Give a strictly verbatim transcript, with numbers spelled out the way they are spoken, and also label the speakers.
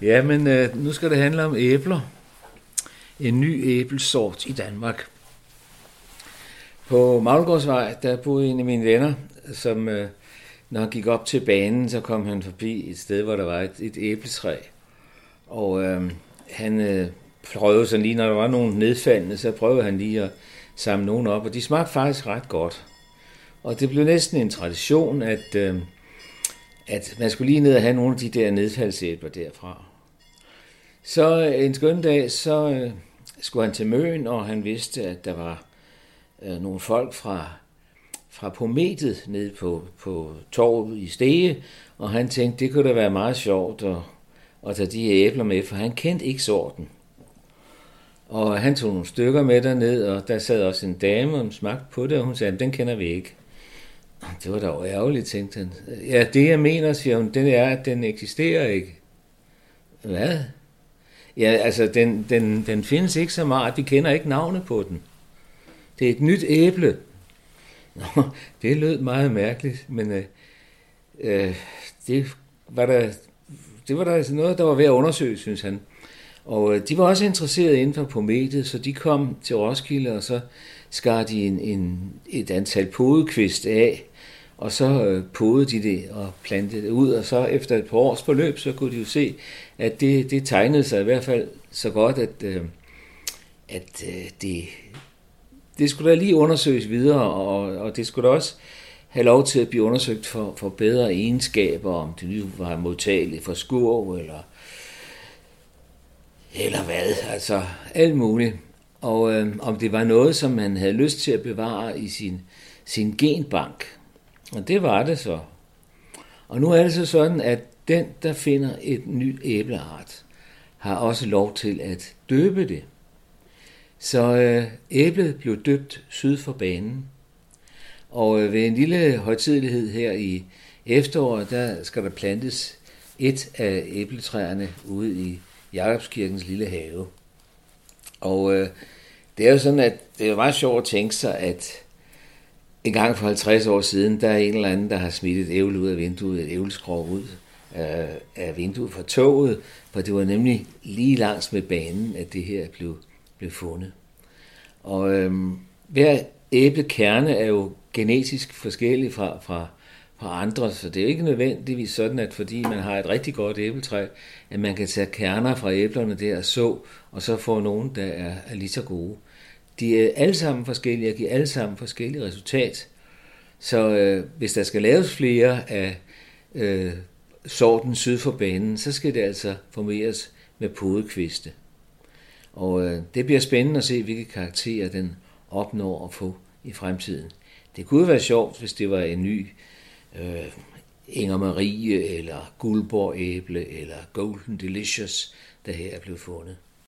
Speaker 1: Ja, men øh, nu skal det handle om æbler. En ny æblesort i Danmark. På Maglgårdsvej, der boede en af mine venner, som øh, når han gik op til banen, så kom han forbi et sted, hvor der var et, et æbletræ. Og øh, han øh, prøvede sådan lige, når der var nogle nedfaldende, så prøvede han lige at samle nogen op, og de smagte faktisk ret godt. Og det blev næsten en tradition, at, øh, at man skulle lige ned og have nogle af de der nedfaldsæbler derfra. Så en skøn dag, så øh, skulle han til Møn, og han vidste, at der var øh, nogle folk fra, fra Pometet nede på, på torvet i Stege, og han tænkte, det kunne da være meget sjovt at, at tage de her æbler med, for han kendte ikke sorten. Og han tog nogle stykker med derned, og der sad også en dame, og smagte på det, og hun sagde, den kender vi ikke. Det var da jo ærgerligt, tænkte han. Ja, det jeg mener, siger hun, den er, at den eksisterer ikke. Hvad? Ja, altså, den, den, den findes ikke så meget. Vi kender ikke navnet på den. Det er et nyt æble. Nå, det lød meget mærkeligt, men øh, øh, det var der, det var der altså noget, der var ved at undersøge, synes han. Og øh, de var også interesserede inden for Pometet, så de kom til Roskilde, og så skar de en, en, et antal podekvist af, og så øh, podede de det og plantede det ud, og så efter et par års forløb, så kunne de jo se, at det, det tegnede sig i hvert fald så godt, at, øh, at øh, det, det skulle da lige undersøges videre, og, og det skulle da også have lov til at blive undersøgt for, for bedre egenskaber, om det nu var modtageligt for skurv, eller, eller hvad, altså alt muligt. Og øh, om det var noget, som man havde lyst til at bevare i sin, sin genbank. Og det var det så. Og nu er det så sådan, at den, der finder et nyt æbleart, har også lov til at døbe det. Så øh, æblet blev døbt syd for banen. Og øh, ved en lille højtidelighed her i efteråret, der skal der plantes et af æbletræerne ude i Jakobskirkens lille have. Og øh, det er jo sådan, at det er meget sjovt at tænke sig, at en gang for halvtreds år siden, der er en eller anden, der har smidt et æble ud af vinduet, et æbleskrog ud af, af vinduet fra toget, for det var nemlig lige langs med banen, at det her blev, blev fundet. Og øhm, hver æblekerne er jo genetisk forskellig fra, fra, fra andre, så det er jo ikke nødvendigvis sådan, at fordi man har et rigtig godt æbletræ, at man kan tage kerner fra æblerne der og så, og så få nogen, der er, er lige så gode. De er alle sammen forskellige og giver alle sammen forskellige resultat. Så øh, hvis der skal laves flere af øh, sorten syd for banen, så skal det altså formeres med podekviste. Og øh, det bliver spændende at se, hvilke karakterer den opnår at få i fremtiden. Det kunne være sjovt, hvis det var en ny øh, Inger Marie eller Guldborg æble eller Golden Delicious, der her er blevet fundet.